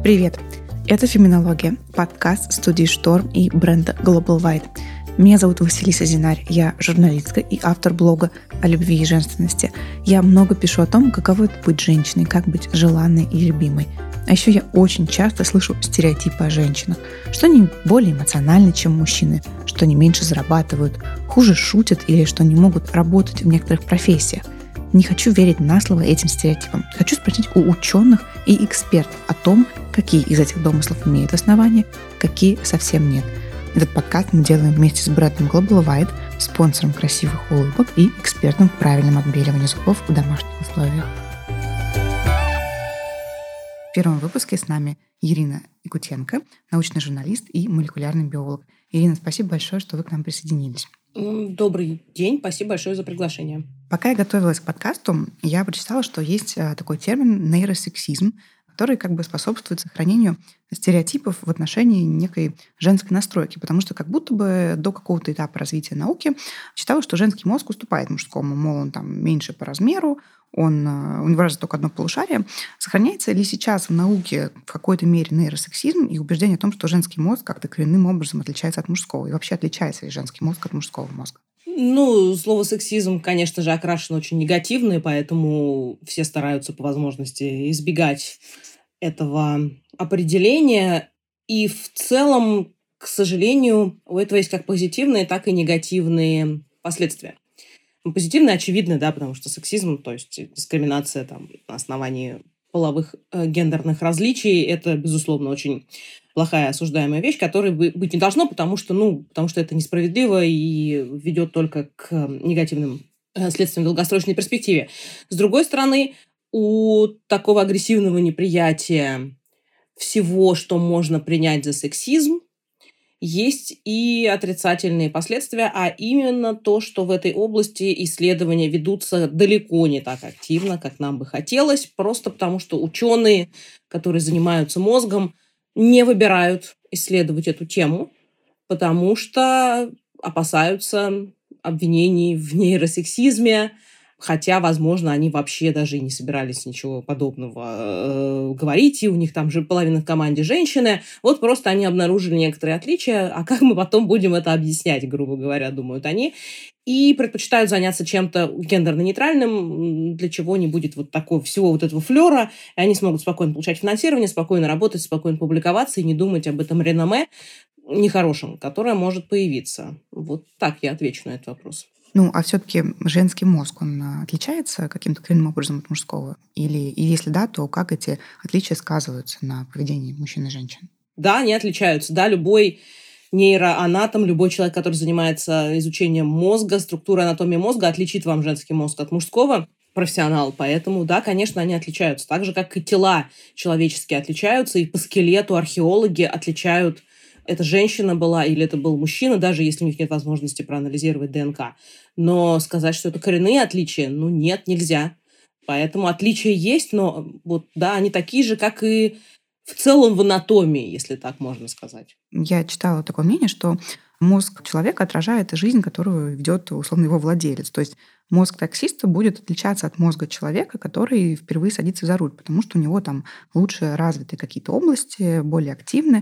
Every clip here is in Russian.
Привет! Это «Феминология», подкаст студии «Шторм» и бренда Global White. Меня зовут Василиса Зинарь, я журналистка и автор блога о любви и женственности. Я много пишу о том, каково это быть женщиной, как быть желанной и любимой. А еще я очень часто слышу стереотипы о женщинах, что они более эмоциональны, чем мужчины, что они меньше зарабатывают, хуже шутят или что не могут работать в некоторых профессиях. Не хочу верить на слово этим стереотипам. Хочу спросить у ученых и экспертов о том, какие из этих домыслов имеют основания, какие совсем нет. Этот подкаст мы делаем вместе с брендом Global White, спонсором красивых улыбок и экспертом в правильном отбеливании зубов в домашних условиях. В первом выпуске с нами Ирина Якутенко, научный журналист и молекулярный биолог. Ирина, спасибо большое, что вы к нам присоединились. Добрый день, спасибо большое за приглашение. Пока я готовилась к подкасту, я прочитала, что есть такой термин нейросексизм, который как бы способствует сохранению стереотипов в отношении некой женской настройки, потому что как будто бы до какого-то этапа развития науки считалось, что женский мозг уступает мужскому, мол, он там меньше по размеру, у него разве только одно полушарие. Сохраняется ли сейчас в науке в какой-то мере нейросексизм и убеждение о том, что женский мозг как-то коренным образом отличается от мужского? И вообще отличается ли женский мозг от мужского мозга? Слово «сексизм», конечно же, окрашено очень негативно, и поэтому все стараются по возможности избегать этого определения. И в целом, к сожалению, у этого есть как позитивные, так и негативные последствия. Позитивные очевидно, да, потому что сексизм, то есть дискриминация там, на основании половых гендерных различий, это, безусловно, очень плохая осуждаемая вещь, которой быть не должно, потому что это несправедливо и ведет только к негативным следствиям в долгосрочной перспективе. С другой стороны, у такого агрессивного неприятия всего, что можно принять за сексизм, есть и отрицательные последствия, а именно то, что в этой области исследования ведутся далеко не так активно, как нам бы хотелось, просто потому что ученые, которые занимаются мозгом, не выбирают исследовать эту тему, потому что опасаются обвинений в нейросексизме, хотя, возможно, они вообще даже и не собирались ничего подобного говорить, и у них там же половина в команде женщины. Вот просто они обнаружили некоторые отличия, а как мы потом будем это объяснять, грубо говоря, думают они. И предпочитают заняться чем-то гендерно-нейтральным, для чего не будет вот такого всего вот этого флера, и они смогут спокойно получать финансирование, спокойно работать, спокойно публиковаться и не думать об этом реноме нехорошем, которое может появиться. Вот так я отвечу на этот вопрос. А все-таки женский мозг, он отличается каким-то коренным образом от мужского? И если да, то как эти отличия сказываются на поведении мужчин и женщин? Да, они отличаются. Да, любой нейроанатом, любой человек, который занимается изучением мозга, структурой анатомии мозга, отличит вам женский мозг от мужского, профессионал. Поэтому, да, конечно, они отличаются. Так же, как и тела человеческие отличаются, и по скелету археологи отличают, это женщина была или это был мужчина, даже если у них нет возможности проанализировать ДНК. Но сказать, что это коренные отличия, нет, нельзя. Поэтому отличия есть, но они такие же, как и в целом в анатомии, если так можно сказать. Я читала такое мнение, что мозг человека отражает жизнь, которую ведет, условно, его владелец. То есть мозг таксиста будет отличаться от мозга человека, который впервые садится за руль, потому что у него там лучше развиты какие-то области, более активны.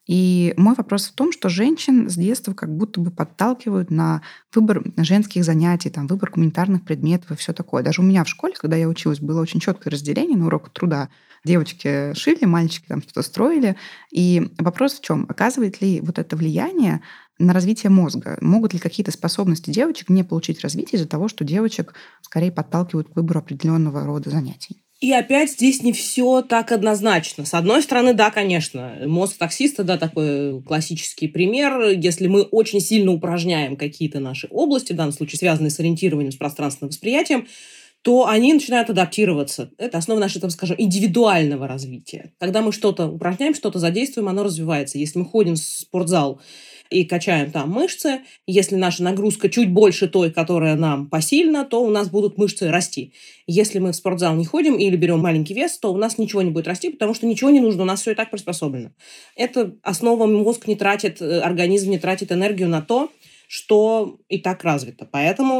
И мой вопрос в том, что женщин с детства как будто бы подталкивают на выбор женских занятий, там, выбор гуманитарных предметов и все такое. Даже у меня в школе, когда я училась, было очень четкое разделение на уроках труда. Девочки шили, мальчики там что-то строили. И вопрос в чем? Оказывает ли вот это влияние на развитие мозга? Могут ли какие-то способности девочек не получить развитие из-за того, что девочек скорее подталкивают к выбору определенного рода занятий? И опять здесь не все так однозначно. С одной стороны, да, конечно, мозг таксиста, да, такой классический пример. Если мы очень сильно упражняем какие-то наши области, в данном случае связанные с ориентированием, с пространственным восприятием, то они начинают адаптироваться. Это основа нашего, так скажем, индивидуального развития. Когда мы что-то упражняем, что-то задействуем, оно развивается. Если мы ходим в спортзал и качаем там мышцы, если наша нагрузка чуть больше той, которая нам посильна, то у нас будут мышцы расти. Если мы в спортзал не ходим или берем маленький вес, то у нас ничего не будет расти, потому что ничего не нужно, у нас все и так приспособлено. Это основа, мозг не тратит, организм не тратит энергию на то, что и так развито. Поэтому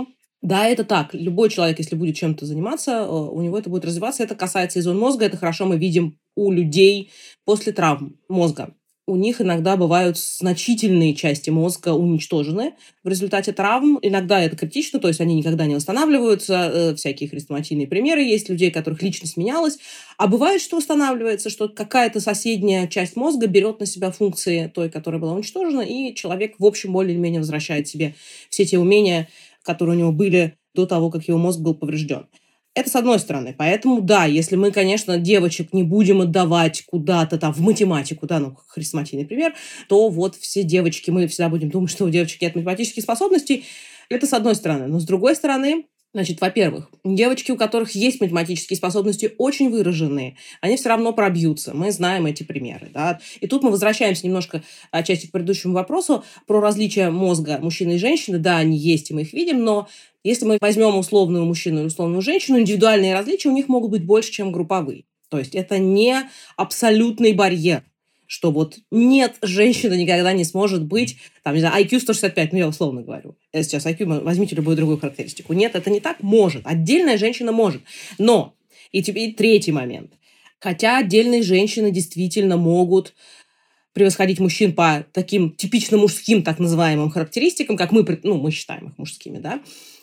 Да, это так. Любой человек, если будет чем-то заниматься, у него это будет развиваться. Это касается и зон мозга. Это хорошо мы видим у людей после травм мозга. У них иногда бывают значительные части мозга уничтожены в результате травм. Иногда это критично, то есть они никогда не восстанавливаются. Всякие хрестоматийные примеры есть людей, которых личность менялась. А бывает, что восстанавливается, что какая-то соседняя часть мозга берет на себя функции той, которая была уничтожена, и человек, в общем, более или менее возвращает себе все те умения, которые у него были до того, как его мозг был поврежден. Это с одной стороны. Поэтому, да, если мы, конечно, девочек не будем отдавать куда-то там в математику, да, ну, хрестоматийный пример, то вот все девочки, мы всегда будем думать, что у девочек нет математических способностей. Это с одной стороны. Но с другой стороны, значит, во-первых, девочки, у которых есть математические способности, очень выраженные, они все равно пробьются. Мы знаем эти примеры. Да? И тут мы возвращаемся немножко отчасти к предыдущему вопросу про различия мозга мужчины и женщины. Да, они есть, и мы их видим, но если мы возьмем условную мужчину и условную женщину, индивидуальные различия у них могут быть больше, чем групповые. То есть это не абсолютный барьер, что вот нет, женщина никогда не сможет быть, там, не знаю, IQ 165, ну, я условно говорю. Сейчас IQ, возьмите любую другую характеристику. Нет, это не так, может. Отдельная женщина может. Но, и теперь третий момент. Хотя отдельные женщины действительно могут превосходить мужчин по таким типично мужским, так называемым характеристикам, как мы считаем их мужскими, да,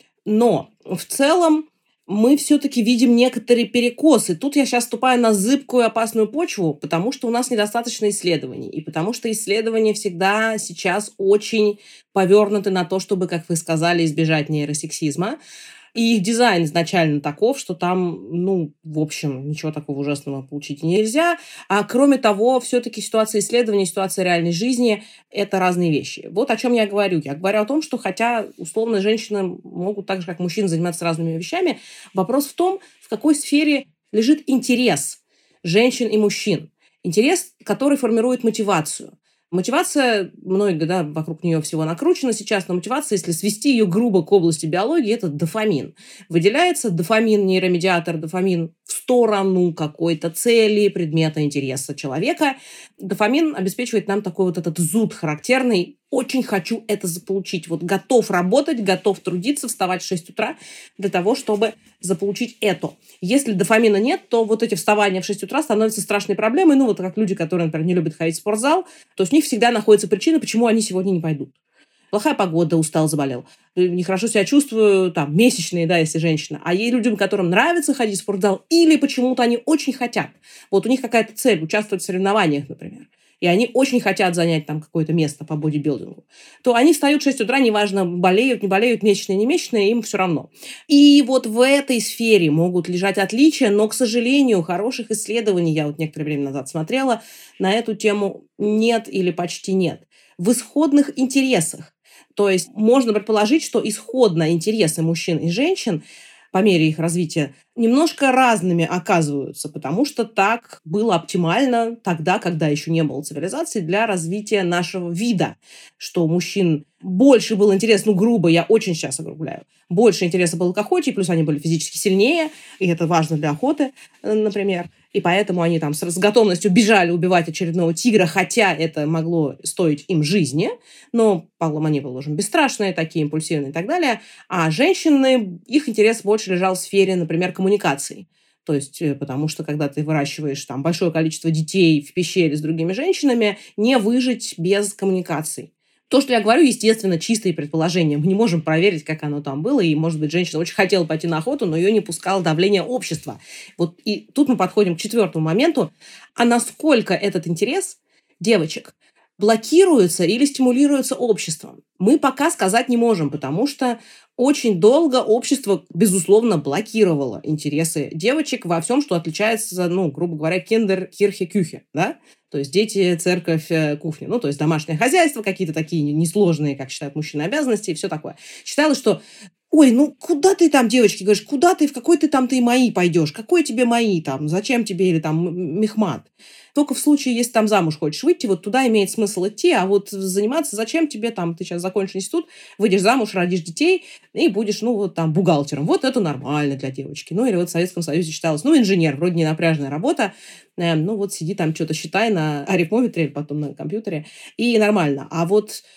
но в целом мы все-таки видим некоторые перекосы. Тут я сейчас ступаю на зыбкую опасную почву, потому что у нас недостаточно исследований. И потому что исследования всегда сейчас очень повернуты на то, чтобы, как вы сказали, избежать нейросексизма. И их дизайн изначально таков, что там, в общем, ничего такого ужасного получить нельзя. А кроме того, все-таки ситуация исследования, ситуация реальной жизни – это разные вещи. Вот о чем я говорю. Я говорю о том, что хотя, условно, женщины могут так же, как мужчины, заниматься разными вещами, вопрос в том, в какой сфере лежит интерес женщин и мужчин. Интерес, который формирует мотивацию. Мотивация, много, вокруг нее всего накручено сейчас, но мотивация, если свести ее грубо к области биологии, это дофамин. Выделяется дофамин, нейромедиатор, дофамин в сторону какой-то цели, предмета интереса человека. Дофамин обеспечивает нам такой вот этот зуд характерный. Очень хочу это заполучить. Вот готов работать, готов трудиться, вставать в 6 утра для того, чтобы заполучить это. Если дофамина нет, то вот эти вставания в 6 утра становятся страшной проблемой. Вот как люди, которые, например, не любят ходить в спортзал, то есть у них всегда находится причина, почему они сегодня не пойдут. Плохая погода, устал, заболел. Нехорошо себя чувствую, месячные, если женщина. А есть людям, которым нравится ходить в спортзал, или почему-то они очень хотят. Вот у них какая-то цель, участвовать в соревнованиях, например. И они очень хотят занять там какое-то место по бодибилдингу, то они встают в 6 утра, неважно, болеют, не болеют, месячные, не месячные, им все равно. И вот в этой сфере могут лежать отличия, но, к сожалению, хороших исследований, я вот некоторое время назад смотрела, на эту тему нет или почти нет. В исходных интересах. То есть можно предположить, что исходно интересы мужчин и женщин по мере их развития немножко разными оказываются, потому что так было оптимально тогда, когда еще не было цивилизации, для развития нашего вида, что у мужчин больше был интерес, грубо, я очень сейчас огрубляю, больше интереса было к охоте, плюс они были физически сильнее, и это важно для охоты, например, и поэтому они там с готовностью бежали убивать очередного тигра, хотя это могло стоить им жизни, но они были уже бесстрашные, такие импульсивные и так далее, а женщины, их интерес больше лежал в сфере, например, коммуникаций. То есть, потому что, когда ты выращиваешь там большое количество детей в пещере с другими женщинами, не выжить без коммуникаций. То, что я говорю, естественно, чистые предположения. Мы не можем проверить, как оно там было. И, может быть, женщина очень хотела пойти на охоту, но ее не пускало давление общества. Вот и тут мы подходим к 4-му моменту. А насколько этот интерес девочек блокируется или стимулируется обществом, мы пока сказать не можем, потому что очень долго общество, безусловно, блокировало интересы девочек во всем, что отличается, грубо говоря, киндер, кирхе, кюхе, да? То есть дети, церковь, кухня. То есть домашнее хозяйство, какие-то такие несложные, как считают мужчины, обязанности и все такое. Считалось, что ой, куда ты там, девочки, говоришь, куда ты, в какой ты там, ты мои пойдешь? Какой тебе мои там? Зачем тебе или там мехмат? Только в случае, если там замуж хочешь выйти, вот туда имеет смысл идти, а вот заниматься зачем тебе там? Ты сейчас закончишь институт, выйдешь замуж, родишь детей и будешь, бухгалтером. Вот это нормально для девочки. Или вот в Советском Союзе считалось, инженер, вроде не напряжная работа, сиди там что-то считай на арифмометре или потом на компьютере, и нормально. А вот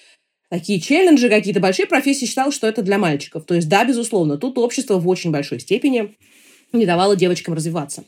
такие челленджи, какие-то большие профессии, считалось, что это для мальчиков. То есть, да, безусловно, тут общество в очень большой степени не давало девочкам развиваться.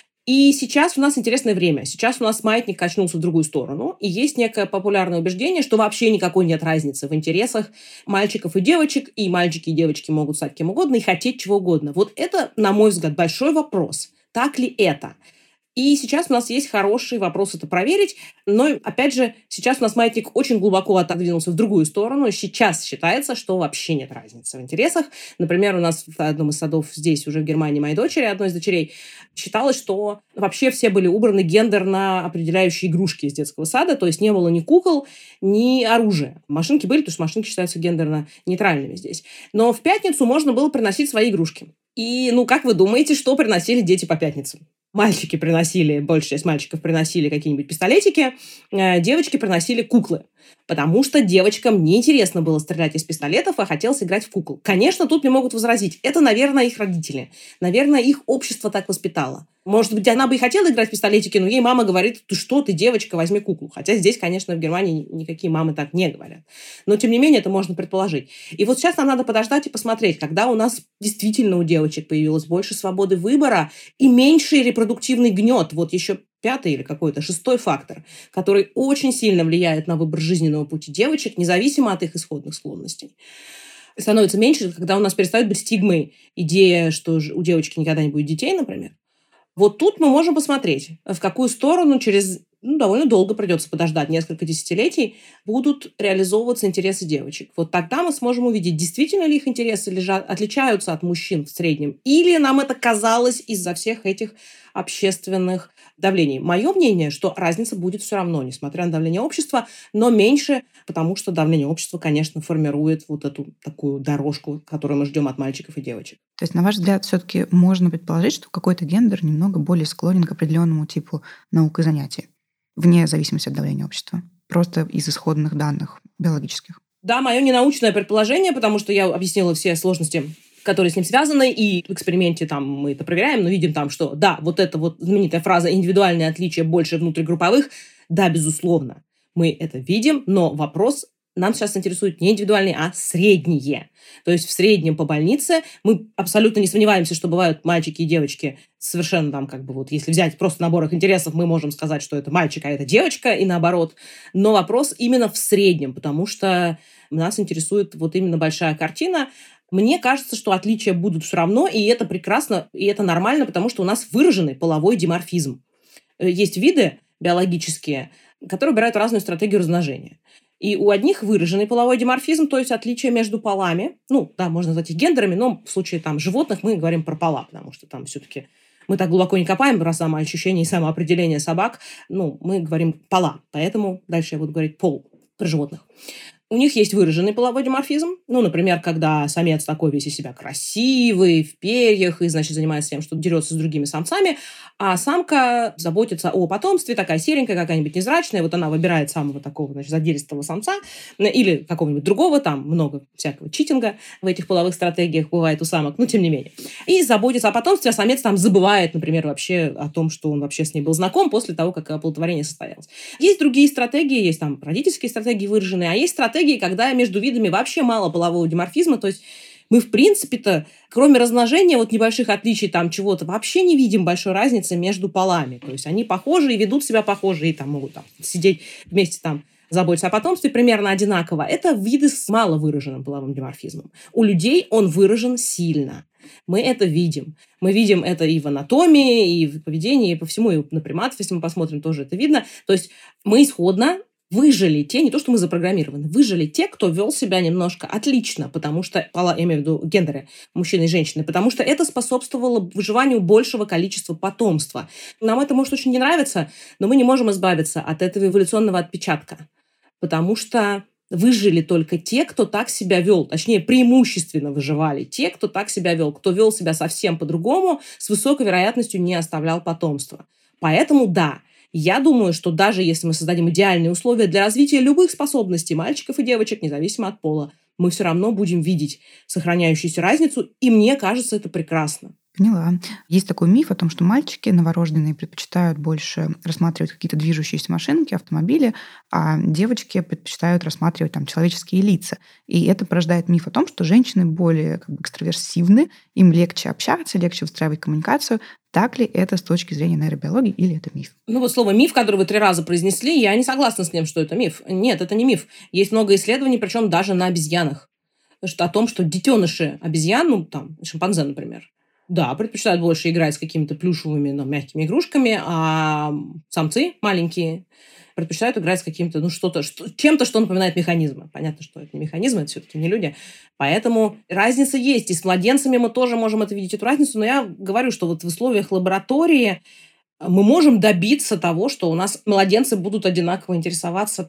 И сейчас у нас интересное время. Сейчас у нас маятник качнулся в другую сторону, и есть некое популярное убеждение, что вообще никакой нет разницы в интересах мальчиков и девочек, и мальчики и девочки могут стать кем угодно и хотеть чего угодно. Вот это, на мой взгляд, большой вопрос. Так ли это? И сейчас у нас есть хороший вопрос это проверить. Но, опять же, сейчас у нас маятник очень глубоко отодвинулся в другую сторону. Сейчас считается, что вообще нет разницы в интересах. Например, у нас в одном из садов здесь, уже в Германии, моей дочери, одной из дочерей, считалось, что вообще все были убраны гендерно определяющие игрушки из детского сада. То есть не было ни кукол, ни оружия. Машинки были, потому что машинки считаются гендерно нейтральными здесь. Но в пятницу можно было приносить свои игрушки. И, как вы думаете, что приносили дети по пятницам? Мальчики приносили, большая часть мальчиков приносили какие-нибудь пистолетики, девочки приносили куклы. Потому что девочкам неинтересно было стрелять из пистолетов, а хотелось играть в кукол. Конечно, тут мне могут возразить. Это, наверное, их родители. Наверное, их общество так воспитало. Может быть, она бы и хотела играть в пистолетики, но ей мама говорит: ты что, ты девочка, возьми куклу. Хотя здесь, конечно, в Германии никакие мамы так не говорят. Но, тем не менее, это можно предположить. И вот сейчас нам надо подождать и посмотреть, когда у нас действительно у девочек появилось больше свободы выбора и меньший репродуктивный гнет. Вот еще 5-й или какой-то 6-й фактор, который очень сильно влияет на выбор жизненного пути девочек, независимо от их исходных склонностей. Становится меньше, когда у нас перестает быть стигмой идея, что у девочки никогда не будет детей, например. Вот тут мы можем посмотреть, в какую сторону через довольно долго придется подождать, несколько десятилетий, будут реализовываться интересы девочек. Вот тогда мы сможем увидеть, действительно ли их интересы отличаются от мужчин в среднем, или нам это казалось из-за всех этих общественных давлений. Мое мнение, что разница будет все равно, несмотря на давление общества, но меньше, потому что давление общества, конечно, формирует вот эту такую дорожку, которую мы ждем от мальчиков и девочек. То есть, на ваш взгляд, все-таки можно предположить, что какой-то гендер немного более склонен к определенному типу наук и занятий, вне зависимости от давления общества, просто из исходных данных биологических? Да, мое ненаучное предположение, потому что я объяснила все сложности, которые с ним связаны, и в эксперименте там мы это проверяем, но видим там, что да, вот эта вот знаменитая фраза «индивидуальные отличия больше внутригрупповых», да, безусловно, мы это видим, но вопрос нам сейчас интересует не индивидуальные, а средние. То есть в среднем по больнице мы абсолютно не сомневаемся, что бывают мальчики и девочки совершенно там если взять просто набор их интересов, мы можем сказать, что это мальчик, а это девочка, и наоборот. Но вопрос именно в среднем, потому что нас интересует вот именно большая картина. Мне кажется, что отличия будут все равно, и это прекрасно, и это нормально, потому что у нас выраженный половой диморфизм. Есть виды биологические, которые выбирают разную стратегию размножения. И у одних выраженный половой диморфизм, то есть отличие между полами. Можно назвать их гендерами, но в случае животных мы говорим про пола, потому что там все-таки мы так глубоко не копаем про самоощущение и самоопределение собак. Мы говорим пола, поэтому дальше я буду говорить пол про животных. У них есть выраженный половой диморфизм. Например, когда самец такой весь из себя красивый, в перьях, и, занимается тем, что дерется с другими самцами, а самка заботится о потомстве, такая серенькая, какая-нибудь невзрачная, вот она выбирает самого такого, задиристого самца или какого-нибудь другого, там много всякого читинга в этих половых стратегиях бывает у самок, но тем не менее. И заботится о потомстве, а самец там забывает, например, вообще о том, что он вообще с ней был знаком после того, как оплодотворение состоялось. Есть другие стратегии, есть там родительские стратегии выраженные, а есть стратегии, когда между видами вообще мало полового диморфизма, то есть мы, в принципе-то, кроме размножения небольших отличий там чего-то, вообще не видим большой разницы между полами. То есть они похожи и ведут себя похоже, и там могут сидеть вместе заботиться о потомстве примерно одинаково. Это виды с мало выраженным половым диморфизмом. У людей он выражен сильно. Мы это видим. Мы видим это и в анатомии, и в поведении, и по всему, и на приматов, если мы посмотрим, тоже это видно. То есть мы исходно выжили те, не то, что мы запрограммированы, выжили те, кто вел себя немножко отлично, потому что, я имею в виду гендеры, мужчины и женщины, потому что это способствовало выживанию большего количества потомства. Нам это может очень не нравиться, но мы не можем избавиться от этого эволюционного отпечатка, потому что выжили только те, кто так себя вел, точнее, преимущественно выживали те, кто так себя вел, кто вел себя совсем по-другому, с высокой вероятностью не оставлял потомства. Поэтому, да, я думаю, что даже если мы создадим идеальные условия для развития любых способностей мальчиков и девочек, независимо от пола, мы все равно будем видеть сохраняющуюся разницу, и мне кажется, это прекрасно. Поняла. Есть такой миф о том, что мальчики новорожденные предпочитают больше рассматривать какие-то движущиеся машинки, автомобили, а девочки предпочитают рассматривать там человеческие лица. И это порождает миф о том, что женщины более экстраверсивны, им легче общаться, легче выстраивать коммуникацию. Так ли это с точки зрения нейробиологии или это миф? Вот слово «миф», которое вы 3 раза произнесли, я не согласна с ним, что это миф. Нет, это не миф. Есть много исследований, причем даже на обезьянах, о том, что детеныши обезьян, шимпанзе, например, да, предпочитают больше играть с какими-то плюшевыми, мягкими игрушками, а самцы маленькие предпочитают играть с каким-то, чем-то, что напоминает механизмы. Понятно, что это не механизмы, это все-таки не люди. Поэтому разница есть. И с младенцами мы тоже можем видеть эту разницу. Но я говорю, что в условиях лаборатории мы можем добиться того, что у нас младенцы будут одинаково интересоваться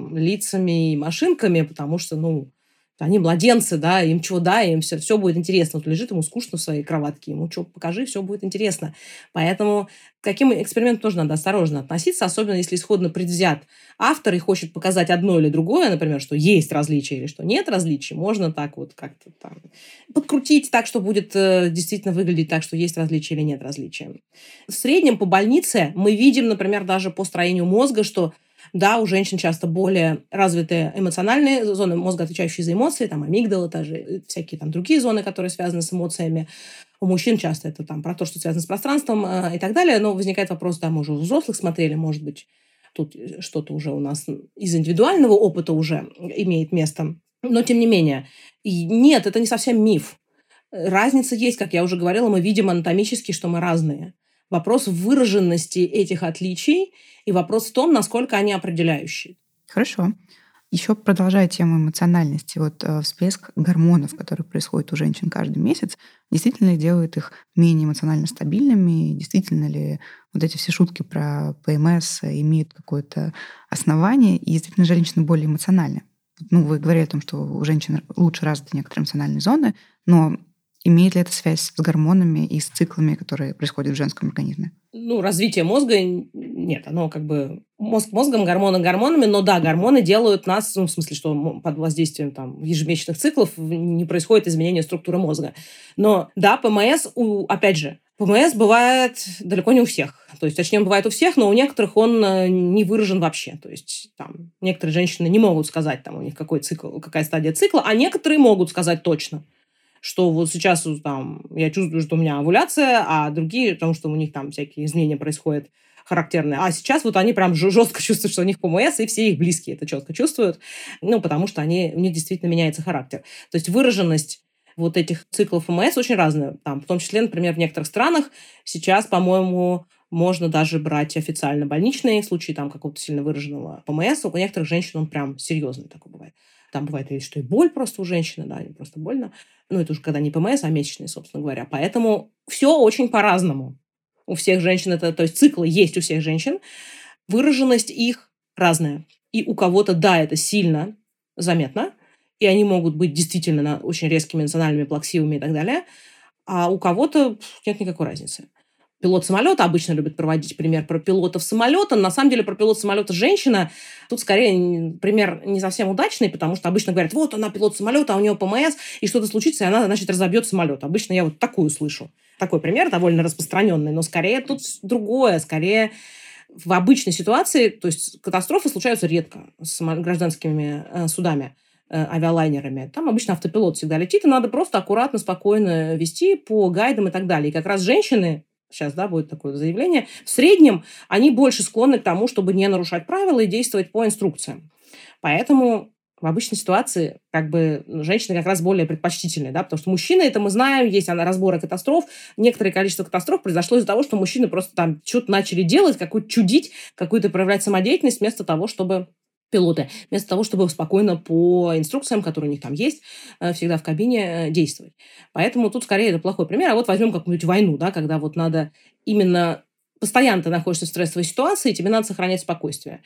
лицами и машинками, потому что, они младенцы, да, им им все будет интересно. Лежит ему скучно в своей кроватке, ему что покажи, все будет интересно. Поэтому к таким экспериментам тоже надо осторожно относиться, особенно если исходно предвзят автор и хочет показать одно или другое, например, что есть различия или что нет различий, можно так как-то подкрутить так, что будет действительно выглядеть так, что есть различия или нет различия. В среднем по больнице мы видим, например, даже по строению мозга, что да, у женщин часто более развитые эмоциональные зоны мозга, отвечающие за эмоции, амигдала, даже всякие другие зоны, которые связаны с эмоциями. У мужчин часто это про то, что связано с пространством и так далее. Но возникает вопрос, мы уже у взрослых смотрели, может быть, тут что-то уже у нас из индивидуального опыта уже имеет место. Но тем не менее. И нет, это не совсем миф. Разница есть, как я уже говорила, мы видим анатомически, что мы разные. Вопрос в выраженности этих отличий и вопрос в том, насколько они определяющие. Хорошо. Еще продолжая тему эмоциональности, всплеск гормонов, который происходит у женщин каждый месяц, действительно ли делает их менее эмоционально стабильными? Действительно ли эти все шутки про ПМС имеют какое-то основание? И действительно женщины более эмоциональны? Вы говорили о том, что у женщин лучше развиты некоторые эмоциональные зоны, но имеет ли это связь с гормонами и с циклами, которые происходят в женском организме? Развитие мозга нет. Оно мозг мозгом, гормоны гормонами. Но да, гормоны делают нас, в смысле, что под воздействием ежемесячных циклов не происходит изменение структуры мозга. Но да, ПМС, опять же, ПМС бывает далеко не у всех. То есть, точнее, он бывает у всех, но у некоторых он не выражен вообще. То есть, некоторые женщины не могут сказать, у них какой цикл, какая стадия цикла, а некоторые могут сказать точно, что сейчас я чувствую, что у меня овуляция, а другие, потому что у них всякие изменения происходят характерные. А сейчас они прям жестко чувствуют, что у них ПМС, и все их близкие это четко чувствуют, потому что у них действительно меняется характер. То есть выраженность этих циклов ПМС очень разная. В том числе, например, в некоторых странах сейчас, по-моему, можно даже брать официально больничные в случае какого-то сильно выраженного ПМС. У некоторых женщин он прям серьезный такой бывает. Там бывает и что и боль просто у женщины, да, просто больно. Это уже когда не ПМС, а месячные, собственно говоря. Поэтому все очень по-разному. У всех женщин то есть циклы есть у всех женщин, выраженность их разная. И у кого-то, да, это сильно заметно, и они могут быть действительно очень резкими национальными плаксивыми и так далее, а у кого-то нет никакой разницы. Пилот самолета обычно любит проводить пример про пилотов самолета. На самом деле про пилота самолета женщина. Тут скорее пример не совсем удачный, потому что обычно говорят, она пилот самолета, а у нее ПМС, и что-то случится, и она, разобьет самолет. Обычно я такую слышу. Такой пример довольно распространенный, но скорее тут другое. Скорее в обычной ситуации, то есть катастрофы случаются редко с гражданскими судами, авиалайнерами. Там обычно автопилот всегда летит, и надо просто аккуратно, спокойно вести по гайдам и так далее. И как раз женщины, сейчас, будет такое заявление, в среднем они больше склонны к тому, чтобы не нарушать правила и действовать по инструкциям. Поэтому в обычной ситуации женщины как раз более предпочтительные, да, потому что мужчины, это мы знаем, есть разборы катастроф. Некоторое количество катастроф произошло из-за того, что мужчины просто что-то начали делать, какую-то чудить, какую-то проявлять самодеятельность вместо того, чтобы пилоты, вместо того, чтобы спокойно по инструкциям, которые у них есть, всегда в кабине действовать. Поэтому тут скорее это плохой пример. А возьмем какую-нибудь войну, да, когда надо именно постоянно ты находишься в стрессовой ситуации, и тебе надо сохранять спокойствие.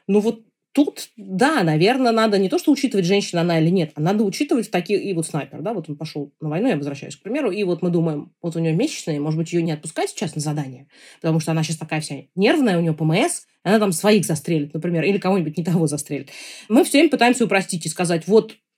Тут, да, наверное, надо не то, что учитывать, женщина она или нет, а надо учитывать такие... И снайпер, да, он пошел на войну, я возвращаюсь, к примеру, и мы думаем, у нее месячные, может быть, ее не отпускать сейчас на задание, потому что она сейчас такая вся нервная, у нее ПМС, она своих застрелит, например, или кого-нибудь не того застрелит. Мы все время пытаемся упростить и сказать,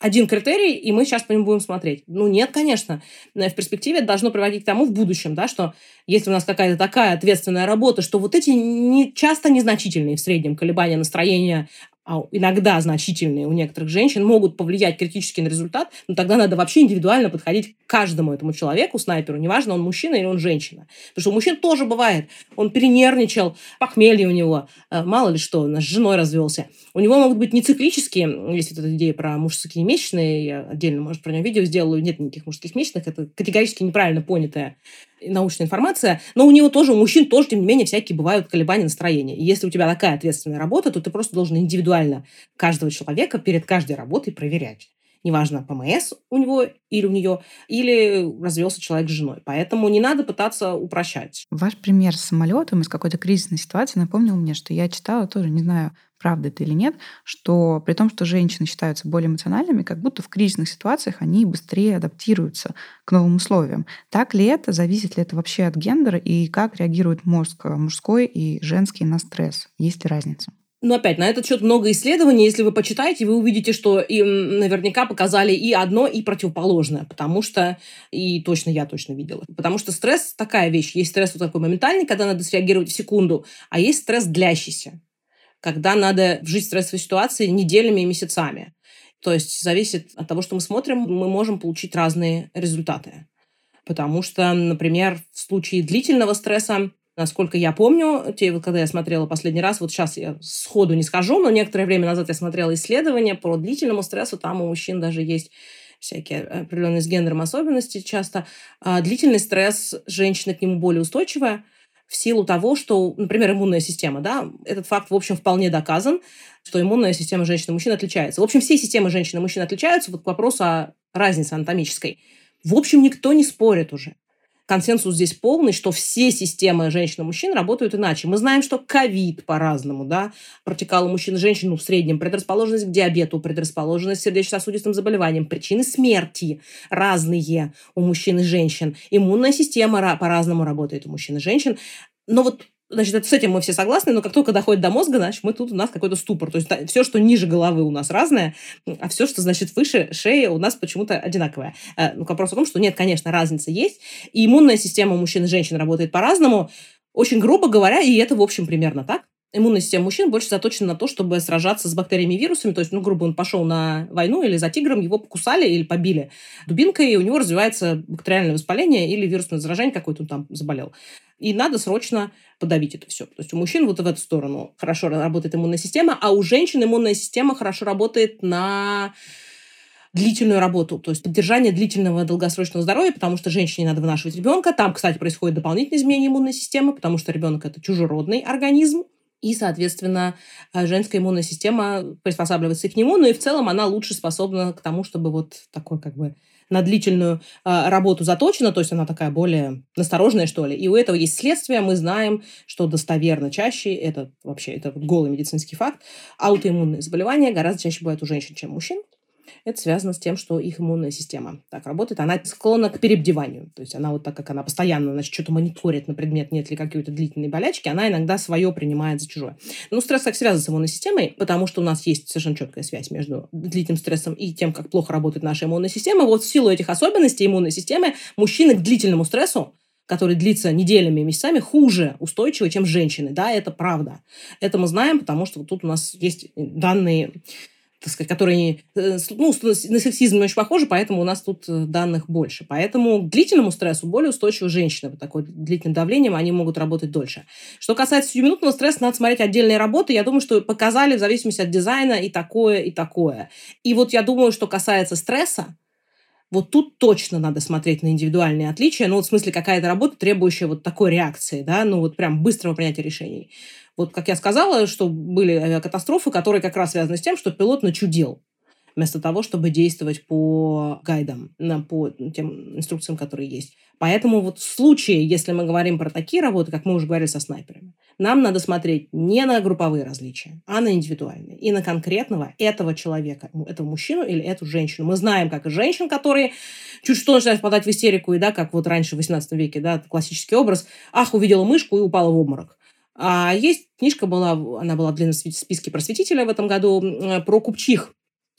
один критерий, и мы сейчас по нему будем смотреть. Ну, нет, конечно. В перспективе это должно приводить к тому в будущем, да, что если у нас какая-то такая ответственная работа, что вот эти часто незначительные в среднем колебания настроения, а иногда значительные у некоторых женщин, могут повлиять критически на результат, но тогда надо вообще индивидуально подходить к каждому этому человеку, снайперу, неважно, он мужчина или он женщина. Потому что у мужчин тоже бывает. Он перенервничал, похмелье у него, мало ли что, с женой развелся. У него могут быть не циклические, есть вот эта идея про мужские месячные, я отдельно, может, про нее видео сделаю, нет никаких мужских месячных, это категорически неправильно понятая научная информация, но у него тоже, у мужчин тоже, тем не менее, всякие бывают колебания настроения. И если у тебя такая ответственная работа, то ты просто должен индивидуально каждого человека перед каждой работой проверять. Неважно, ПМС у него или у нее, или развелся человек с женой. Поэтому не надо пытаться упрощать. Ваш пример с самолетом из какой-то кризисной ситуации напомнил мне, что я читала тоже, не знаю, правда это или нет, что при том, что женщины считаются более эмоциональными, как будто в кризисных ситуациях они быстрее адаптируются к новым условиям. Так ли это? Зависит ли это вообще от гендера? И как реагирует мозг мужской и женский на стресс? Есть ли разница? Но опять, на этот счет много исследований. Если вы почитаете, вы увидите, что им наверняка показали и одно, и противоположное. Потому что, и точно я точно видела. Потому что стресс такая вещь. Есть стресс вот такой моментальный, когда надо среагировать в секунду, а есть стресс длящийся, когда надо жить в стрессовой ситуации неделями и месяцами. То есть зависит от того, что мы смотрим, мы можем получить разные результаты. Потому что, например, в случае длительного стресса, насколько я помню, когда я смотрела последний раз, вот сейчас я сходу не скажу, но некоторое время назад я смотрела исследования по длительному стрессу, там у мужчин даже есть всякие определенные с гендером особенности часто. Длительный стресс, женщина к нему более устойчивая, в силу того, что, например, иммунная система, да, этот факт, в общем, вполне доказан, что иммунная система женщин и мужчин отличается. В общем, все системы женщин и мужчин отличаются, вот к вопросу о разнице анатомической. В общем, никто не спорит уже. Консенсус здесь полный, что все системы женщин и мужчин работают иначе. Мы знаем, что ковид по-разному, да, протекал у мужчин и женщин, в среднем, предрасположенность к диабету, предрасположенность к сердечно-сосудистым заболеваниям, причины смерти разные у мужчин и женщин. Иммунная система по-разному работает у мужчин и женщин. Но вот, значит, с этим мы все согласны, но как только доходит до мозга, значит, у нас какой-то ступор. То есть все, что ниже головы у нас разное, а все, что, значит, выше шеи у нас почему-то одинаковое. Вопрос о том, что нет, конечно, разница есть. И иммунная система у мужчин и женщин работает по-разному. Очень грубо говоря, и это, в общем, примерно так. Иммунная система мужчин больше заточена на то, чтобы сражаться с бактериями и вирусами. То есть, грубо, он пошел на войну или за тигром, его покусали или побили дубинкой, и у него развивается бактериальное воспаление или вирусное заражение, какой-то он там заболел. И надо срочно подавить это все. То есть у мужчин вот в эту сторону хорошо работает иммунная система, а у женщин иммунная система хорошо работает на длительную работу, то есть поддержание длительного долгосрочного здоровья, потому что женщине надо вынашивать ребенка. Там, кстати, происходит дополнительное изменение иммунной системы, потому что ребенок – это чужеродный организм. И, соответственно, женская иммунная система приспосабливается к нему, но и в целом она лучше способна к тому, чтобы вот такой на длительную работу заточена, то есть она такая более настороженная, что ли. И у этого есть следствие. Мы знаем, что достоверно чаще, это голый медицинский факт, аутоиммунные заболевания гораздо чаще бывают у женщин, чем у мужчин. Это связано с тем, что их иммунная система так работает. Она склонна к перебдеванию. То есть она вот так как она постоянно, значит, что-то мониторит на предмет, нет ли какой-то длительной болячки, она иногда свое принимает за чужое. Но стресс так связан с иммунной системой, потому что у нас есть совершенно четкая связь между длительным стрессом и тем, как плохо работает наша иммунная система. Вот в силу этих особенностей иммунной системы мужчины к длительному стрессу, который длится неделями и месяцами, хуже устойчивы, чем женщины. Да, это правда. Это мы знаем, потому что вот тут у нас есть данные, так сказать, которые на сексизм не очень похожи, поэтому у нас тут данных больше. Поэтому к длительному стрессу более устойчивы женщины. Вот такое длительным давлением они могут работать дольше. Что касается сиюминутного стресса, надо смотреть отдельные работы. Я думаю, что показали в зависимости от дизайна и такое, и такое. И вот я думаю, что касается стресса, вот тут точно надо смотреть на индивидуальные отличия. В смысле, какая-то работа, требующая вот такой реакции, да, прям быстрого принятия решений. Вот, как я сказала, что были авиакатастрофы, которые как раз связаны с тем, что пилот начудил, вместо того, чтобы действовать по гайдам, по тем инструкциям, которые есть. Поэтому вот в случае, если мы говорим про такие работы, как мы уже говорили со снайперами, нам надо смотреть не на групповые различия, а на индивидуальные. И на конкретного этого человека, этого мужчину или эту женщину. Мы знаем, как и женщин, которые чуть что начинают впадать в истерику, и да, как вот раньше в XVIII веке, да, классический образ, увидела мышку и упала в обморок. А есть книжка она была в длинном списке просветителя в этом году, про купчих,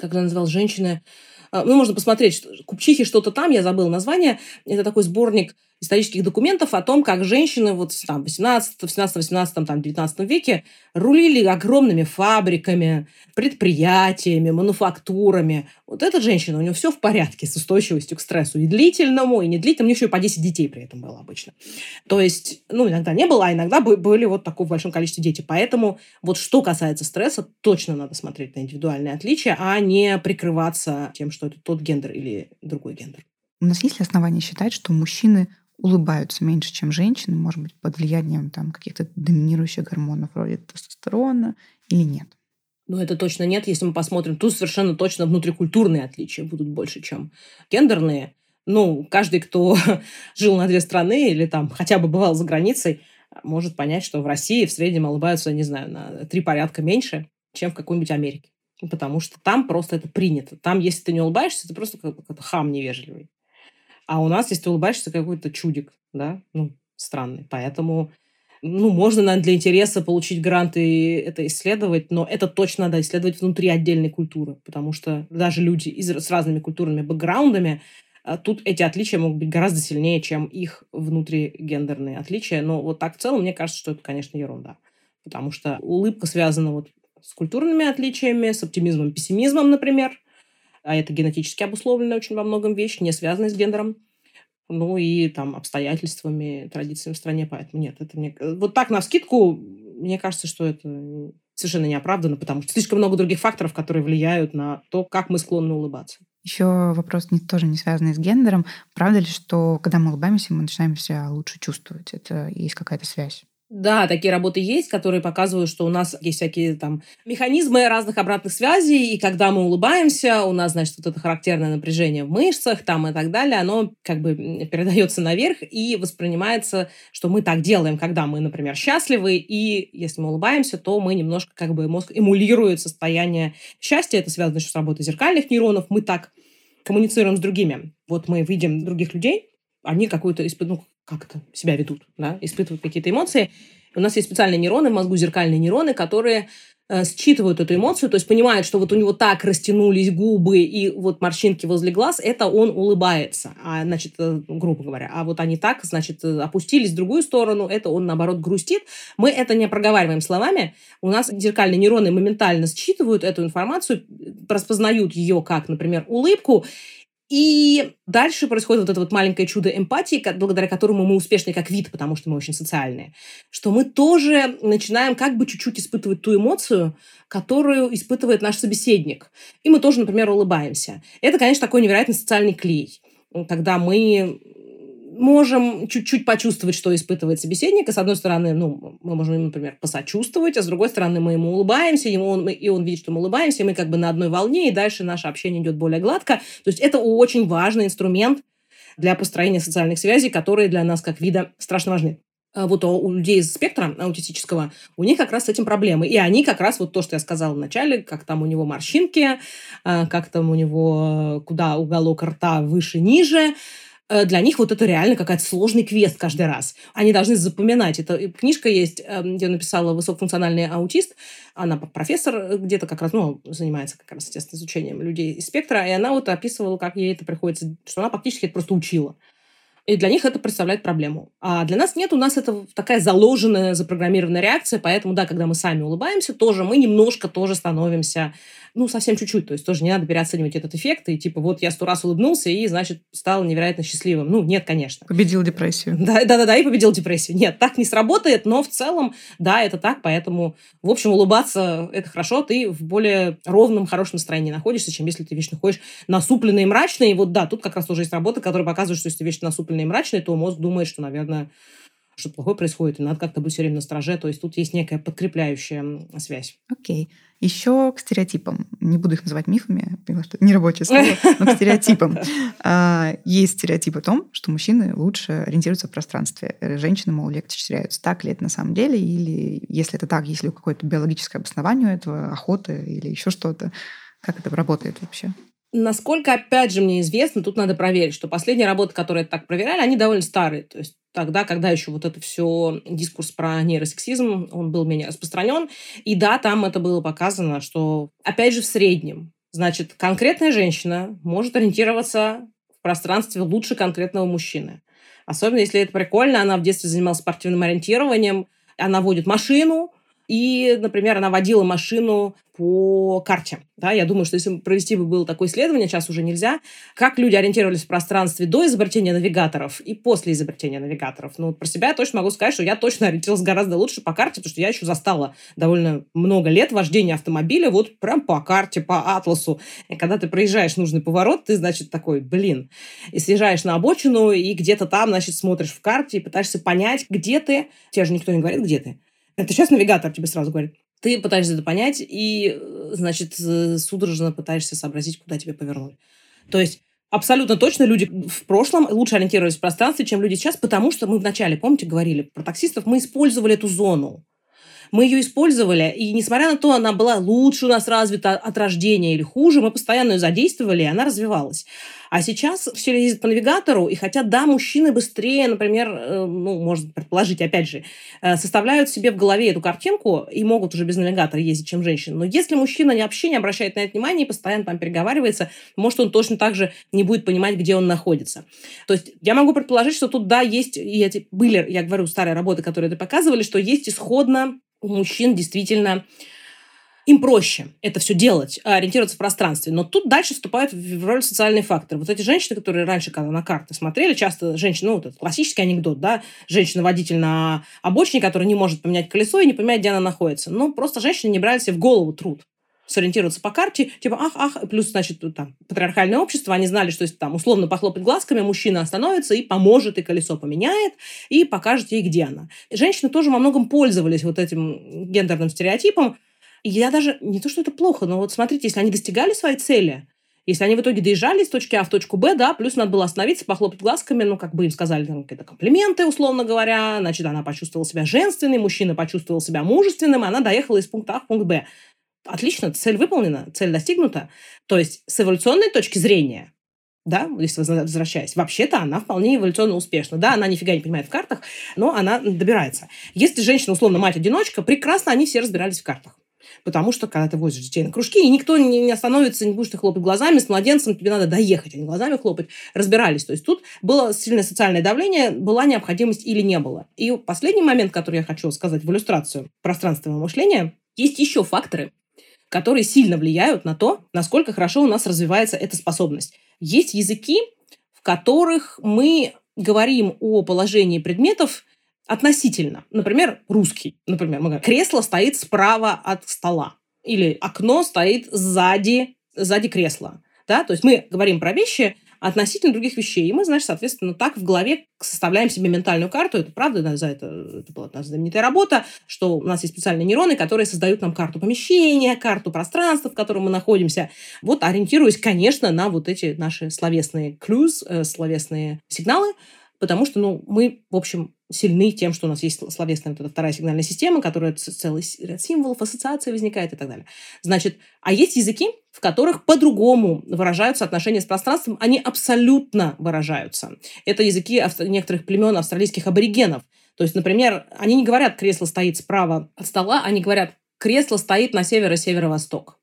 как она называлась, женщины. Ну, можно посмотреть, «Купчихи что-то там», я забыла название. Это такой сборник исторических документов о том, как женщины вот там, в 17-18, там, 19 веке рулили огромными фабриками, предприятиями, мануфактурами. Вот эта женщина, у нее все в порядке с устойчивостью к стрессу. И длительному, и не длительному. У нее еще и по 10 детей при этом было обычно. То есть, ну, иногда не было, а иногда были вот такое в большом количестве дети. Поэтому вот что касается стресса, точно надо смотреть на индивидуальные отличия, а не прикрываться тем, что это тот гендер или другой гендер. У нас есть ли основания считать, что мужчины улыбаются меньше, чем женщины, может быть, под влиянием там, каких-то доминирующих гормонов вроде тестостерона или нет? Ну, это точно нет. Если мы посмотрим, тут совершенно точно внутрикультурные отличия будут больше, чем гендерные. Ну, каждый, кто жил на 2 страны или там хотя бы бывал за границей, может понять, что в России в среднем улыбаются, не знаю, на 3 порядка меньше, чем в какой-нибудь Америке. Потому что там просто это принято. Там, если ты не улыбаешься, ты просто какой-то хам невежливый. А у нас, если ты улыбаешься, какой-то чудик, да, ну, странный. Поэтому, ну, можно, наверное, для интереса получить грант и это исследовать, но это точно надо исследовать внутри отдельной культуры, потому что даже люди с разными культурными бэкграундами, тут эти отличия могут быть гораздо сильнее, чем их внутригендерные отличия. Но вот так в целом, мне кажется, что это, конечно, ерунда. Потому что улыбка связана вот с культурными отличиями, с оптимизмом, пессимизмом, например, а это генетически обусловленная очень во многом вещь, не связанная с гендером, ну и там обстоятельствами, традициями в стране. Поэтому нет, это мне... Вот так навскидку, мне кажется, что это совершенно неоправданно, потому что слишком много других факторов, которые влияют на то, как мы склонны улыбаться. Еще вопрос тоже не связанный с гендером. Правда ли, что когда мы улыбаемся, мы начинаем себя лучше чувствовать? Это есть какая-то связь? Да, такие работы есть, которые показывают, что у нас есть всякие там механизмы разных обратных связей, и когда мы улыбаемся, у нас, значит, вот это характерное напряжение в мышцах там и так далее, оно как бы передается наверх и воспринимается, что мы так делаем, когда мы, например, счастливы, и если мы улыбаемся, то мы немножко как бы мозг эмулирует состояние счастья, это связано еще с работой зеркальных нейронов, мы так коммуницируем с другими. Вот мы видим других людей, они какую-то как это, себя ведут, да, испытывают какие-то эмоции. У нас есть специальные нейроны в мозгу, зеркальные нейроны, которые считывают эту эмоцию, то есть понимают, что вот у него так растянулись губы и вот морщинки возле глаз, это он улыбается, значит, грубо говоря. А вот они так, значит, опустились в другую сторону, это он, наоборот, грустит. Мы это не проговариваем словами. У нас зеркальные нейроны моментально считывают эту информацию, распознают ее как, например, улыбку. И дальше происходит вот это вот маленькое чудо эмпатии, благодаря которому мы успешны как вид, потому что мы очень социальные, что мы тоже начинаем как бы чуть-чуть испытывать ту эмоцию, которую испытывает наш собеседник. И мы тоже, например, улыбаемся. Это, конечно, такой невероятно социальный клей, когда мы можем чуть-чуть почувствовать, что испытывает собеседник. И, с одной стороны, мы можем ему, например, посочувствовать, а с другой стороны, мы ему улыбаемся, и он видит, что мы улыбаемся, и мы как бы на одной волне, и дальше наше общение идет более гладко. То есть это очень важный инструмент для построения социальных связей, которые для нас как вида страшно важны. Вот у людей из спектра аутистического, у них как раз с этим проблемы. И они как раз вот то, что я сказала вначале, как там у него морщинки, как там у него куда уголок рта выше-ниже, для них вот это реально какой-то сложный квест каждый раз. Они должны запоминать. Это книжка есть, где написала высокофункциональный аутист. Она профессор где-то как раз, занимается как раз, естественно, изучением людей из спектра. И она вот описывала, как ей это приходится, что она практически это просто учила. И для них это представляет проблему. А для нас нет, у нас это такая заложенная, запрограммированная реакция, поэтому, да, когда мы сами улыбаемся, тоже мы немножко тоже становимся, совсем чуть-чуть, то есть тоже не надо переоценивать этот эффект, и типа вот я 100 раз улыбнулся, и, значит, стал невероятно счастливым. Нет, конечно. Победил депрессию. Да, и победил депрессию. Нет, так не сработает, но в целом, да, это так, поэтому, в общем, улыбаться – это хорошо, ты в более ровном, хорошем настроении находишься, чем если ты вечно ходишь насупленный и мрачный, и вот, да, тут как раз тоже есть работа, которая показывает, что если ты вечно насупленный и мрачный, то мозг думает, что, наверное, что-то плохое происходит, и надо как-то быть все время настороже, то есть тут есть некая подкрепляющая связь. Окей. Еще к стереотипам. Не буду их называть мифами, потому что это нерабочее слово, но к стереотипам. Есть стереотип о том, что мужчины лучше ориентируются в пространстве, женщины, мол, легче теряются. Так ли это на самом деле? Или если это так, есть ли какое-то биологическое обоснование у этого, охота или еще что-то? Как это работает вообще? Насколько, опять же, мне известно, тут надо проверить, что последние работы, которые так проверяли, они довольно старые. То есть тогда, когда еще вот это все дискурс про нейросексизм, он был менее распространен. И да, там это было показано, что, опять же, в среднем Значит, конкретная женщина может ориентироваться в пространстве лучше конкретного мужчины. Особенно, если это прикольно, она в детстве занималась спортивным ориентированием, она водит машину, и, например, она водила машину по карте. Да, я думаю, что если провести бы было такое исследование, сейчас уже нельзя, как люди ориентировались в пространстве до изобретения навигаторов и после изобретения навигаторов. Ну, про себя я точно могу сказать, что я точно ориентировалась гораздо лучше по карте, потому что я еще застала довольно много лет вождения автомобиля вот прям по карте, по атласу. И когда ты проезжаешь нужный поворот, ты, значит, такой, и съезжаешь на обочину, и где-то там, значит, смотришь в карте и пытаешься понять, где ты. Тебе же никто не говорит, где ты. Это сейчас навигатор тебе сразу говорит. Ты пытаешься это понять и, значит, судорожно пытаешься сообразить, куда тебе повернуть. То есть абсолютно точно люди в прошлом лучше ориентировались в пространстве, чем люди сейчас, потому что мы вначале, помните, говорили про таксистов, мы использовали эту зону. Мы ее использовали, и несмотря на то, она была лучше у нас развита от рождения или хуже, мы постоянно ее задействовали, и она развивалась. А сейчас все ездят по навигатору, и хотя, да, мужчины быстрее, например, можно предположить, опять же, составляют себе в голове эту картинку и могут уже без навигатора ездить, чем женщины. Но если мужчина вообще не обращает на это внимания и постоянно там переговаривается, может, он точно так же не будет понимать, где он находится. То есть я могу предположить, что тут, да, есть, и эти были, я говорю, старые работы, которые это показывали, что есть исходно у мужчин действительно им проще это все делать, ориентироваться в пространстве. Но тут дальше вступают в роль социальные факторы. Вот эти женщины, которые раньше, когда на карты смотрели, часто женщины, вот этот классический анекдот, да, женщина-водитель на обочине, которая не может поменять колесо и не понимает, где она находится. Ну, просто женщины не брали себе в голову труд сориентироваться по карте, типа плюс, значит, там, патриархальное общество, они знали, что если там условно похлопать глазками, мужчина остановится и поможет, и колесо поменяет, и покажет ей, где она. И женщины тоже во многом пользовались вот этим гендерным стереотипом. И я даже, не то, что это плохо, но вот смотрите, если они достигали своей цели, если они в итоге доезжали из точки А в точку Б, да, плюс надо было остановиться, похлопать глазками, ну, как бы им сказали там, какие-то комплименты, условно говоря, значит, она почувствовала себя женственной, мужчина почувствовал себя мужественным, и она доехала из пункта А в пункт Б. Отлично, цель выполнена, цель достигнута. То есть с эволюционной точки зрения, да, если возвращаясь, вообще-то она вполне эволюционно успешна. Да, она нифига не понимает в картах, но она добирается. Если женщина, условно, мать-одиночка, прекрасно они все разбирались в картах. Потому что, когда ты возишь детей на кружки, и никто не остановится, не будешь ты хлопать глазами, с младенцем тебе надо доехать, а не глазами хлопать, разбирались. То есть тут было сильное социальное давление, была необходимость или не было. И последний момент, который я хочу сказать в иллюстрацию пространственного мышления, есть еще факторы, которые сильно влияют на то, насколько хорошо у нас развивается эта способность. Есть языки, в которых мы говорим о положении предметов относительно. Например, русский. Например, мы говорим, кресло стоит справа от стола. Или окно стоит сзади кресла. Да? То есть мы говорим про вещи относительно других вещей. И мы, значит, соответственно, так в голове составляем себе ментальную карту. Это правда, за это была одна знаменитая работа, что у нас есть специальные нейроны, которые создают нам карту помещения, карту пространства, в котором мы находимся. Вот ориентируясь, конечно, на вот эти наши словесные clues, словесные сигналы, потому что, мы, в общем, сильны тем, что у нас есть словесная вот эта вторая сигнальная система, которая целый ряд символов, ассоциаций возникает и так далее. Значит, а есть языки, в которых по-другому выражаются отношения с пространством, они абсолютно выражаются. Это языки некоторых племен австралийских аборигенов. То есть, например, они не говорят «кресло стоит справа от стола», они говорят «кресло стоит на северо-северо-восток»,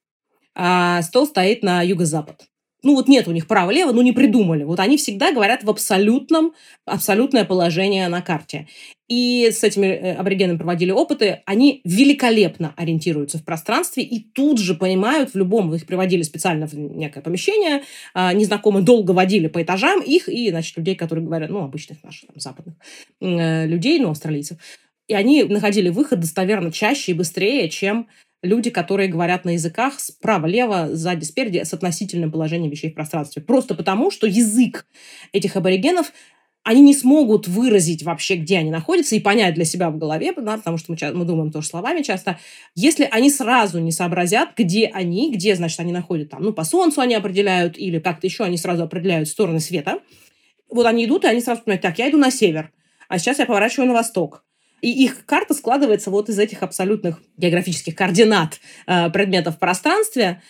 а стол стоит на юго-запад. Нет у них право-лево, не придумали. Вот они всегда говорят в абсолютное положение на карте. И с этими аборигенами проводили опыты. Они великолепно ориентируются в пространстве и тут же понимают их приводили специально в некое помещение, незнакомые долго водили по этажам их и, значит, людей, которые говорят, обычных наших западных людей, австралийцев. И они находили выход достоверно чаще и быстрее, чем люди, которые говорят на языках справа-лево, сзади, спереди, с относительным положением вещей в пространстве. Просто потому, что язык этих аборигенов, они не смогут выразить вообще, где они находятся, и понять для себя в голове, да, потому что мы думаем тоже словами часто, если они сразу не сообразят, где, значит, они находятся там. По солнцу они определяют, или как-то еще они сразу определяют стороны света. Вот они идут, и они сразу понимают, так, я иду на север, а сейчас я поворачиваю на восток. И их карта складывается вот из этих абсолютных географических координат предметов в пространстве.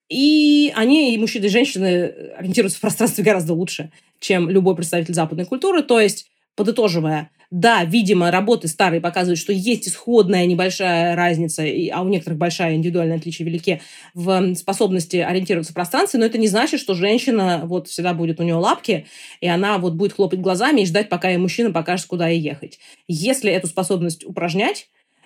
И они, и мужчины, и женщины, ориентируются в пространстве гораздо лучше, чем любой представитель западной культуры. То есть, подытоживая, Да, видимо, работы старые показывают, что есть исходная небольшая разница, а у некоторых большая индивидуальное отличие велики в способности ориентироваться в пространстве, но это не значит, что женщина вот всегда будет у нее лапки, и она вот будет хлопать глазами и ждать, пока ей мужчина покажет, куда ей ехать. Если эту способность упражнять,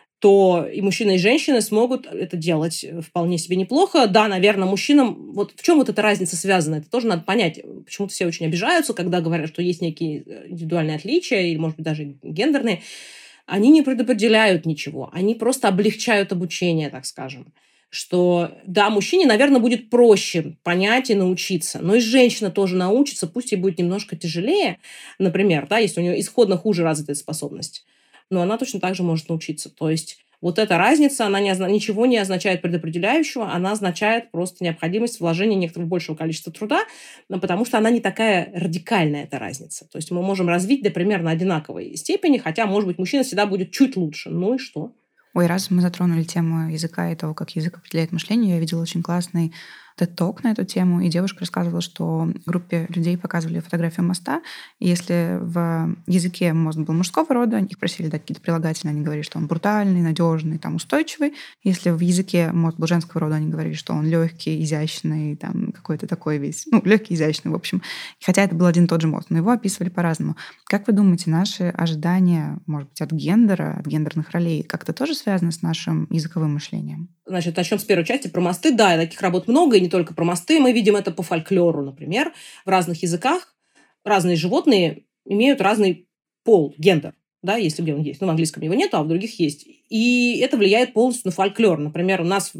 то и мужчины, и женщины смогут это делать вполне себе неплохо. Да, наверное, мужчинам... Вот в чем вот эта разница связана? Это тоже надо понять. Почему-то все очень обижаются, когда говорят, что есть некие индивидуальные отличия, или, может быть, даже гендерные. Они не предопределяют ничего. Они просто облегчают обучение, так скажем. Что, да, мужчине, наверное, будет проще понять и научиться. Но и женщина тоже научится, пусть ей будет немножко тяжелее, например, да, если у нее исходно хуже развитая способность. Но она точно так же может научиться. То есть вот эта разница, она ничего не означает предопределяющего, она означает просто необходимость вложения некоторого большего количества труда, потому что она не такая радикальная, эта разница. То есть мы можем развить до примерно одинаковой степени, хотя, может быть, мужчина всегда будет чуть лучше. Ну и что? Ой, раз мы затронули тему языка и того, как язык определяет мышление, я видела очень классный TED-ток на эту тему, и девушка рассказывала, что группе людей показывали фотографию моста, и если в языке мост был мужского рода, их просили дать какие-то прилагательные, они говорили, что он брутальный, надежный, там, устойчивый. Если в языке мост был женского рода, они говорили, что он легкий, изящный, там, какой-то такой весь, легкий, изящный, в общем. Хотя это был один и тот же мост, но его описывали по-разному. Как вы думаете, наши ожидания, может быть, от гендера, от гендерных ролей, как-то тоже связаны с нашим языковым мышлением? Значит, начнем с первой части про мосты. Да, таких работ много, и не только про мосты. Мы видим это по фольклору, например. В разных языках разные животные имеют разный пол, гендер. Да, если где он есть. В английском его нет, а в других есть. И это влияет полностью на фольклор. Например, у нас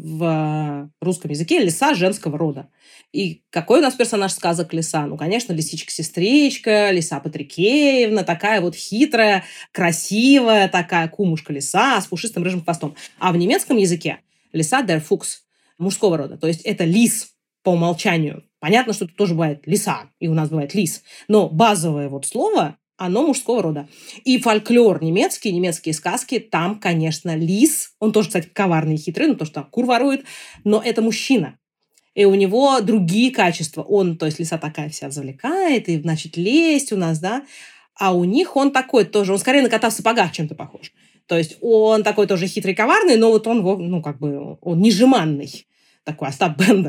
в русском языке лиса женского рода. И какой у нас персонаж сказок лиса? Конечно, лисичка-сестричка, лиса Патрикеевна, такая вот хитрая, красивая такая кумушка-лиса с пушистым рыжим хвостом. А в немецком языке лиса der Fuchs мужского рода. То есть это лис по умолчанию. Понятно, что тут тоже бывает лиса, и у нас бывает лис. Но базовое вот слово, оно мужского рода. И фольклор немецкий, немецкие сказки, там, конечно, лис. Он тоже, кстати, коварный и хитрый, то, что там кур ворует. Но это мужчина. И у него другие качества. Он, то есть лиса такая вся завлекает, и, значит, лесть у нас, да. А у них он такой тоже, он скорее на кота в сапогах чем-то похож. То есть он такой тоже хитрый, коварный, но вот он, он не жеманный. Такой Остап Бендер.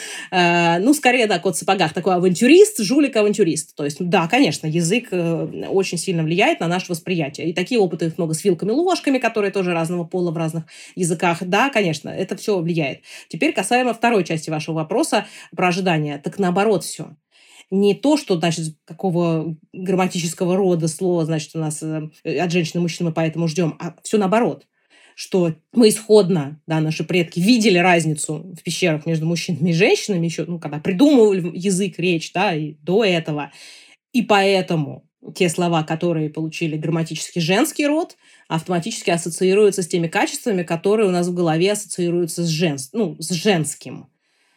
Скорее, да, кот в сапогах. Такой авантюрист, жулик-авантюрист. То есть, да, конечно, язык очень сильно влияет на наше восприятие. И такие опыты их много с вилками-ложками, которые тоже разного пола в разных языках. Да, конечно, это все влияет. Теперь касаемо второй части вашего вопроса про ожидания. Так наоборот все. Не то, что, значит, какого грамматического рода слова, значит, у нас от женщины и мужчины мы поэтому ждем, а все наоборот. Что мы исходно, да, наши предки видели разницу в пещерах между мужчинами и женщинами еще, когда придумывали язык, речь, да, и до этого. И поэтому те слова, которые получили грамматически женский род, автоматически ассоциируются с теми качествами, которые у нас в голове ассоциируются с женским.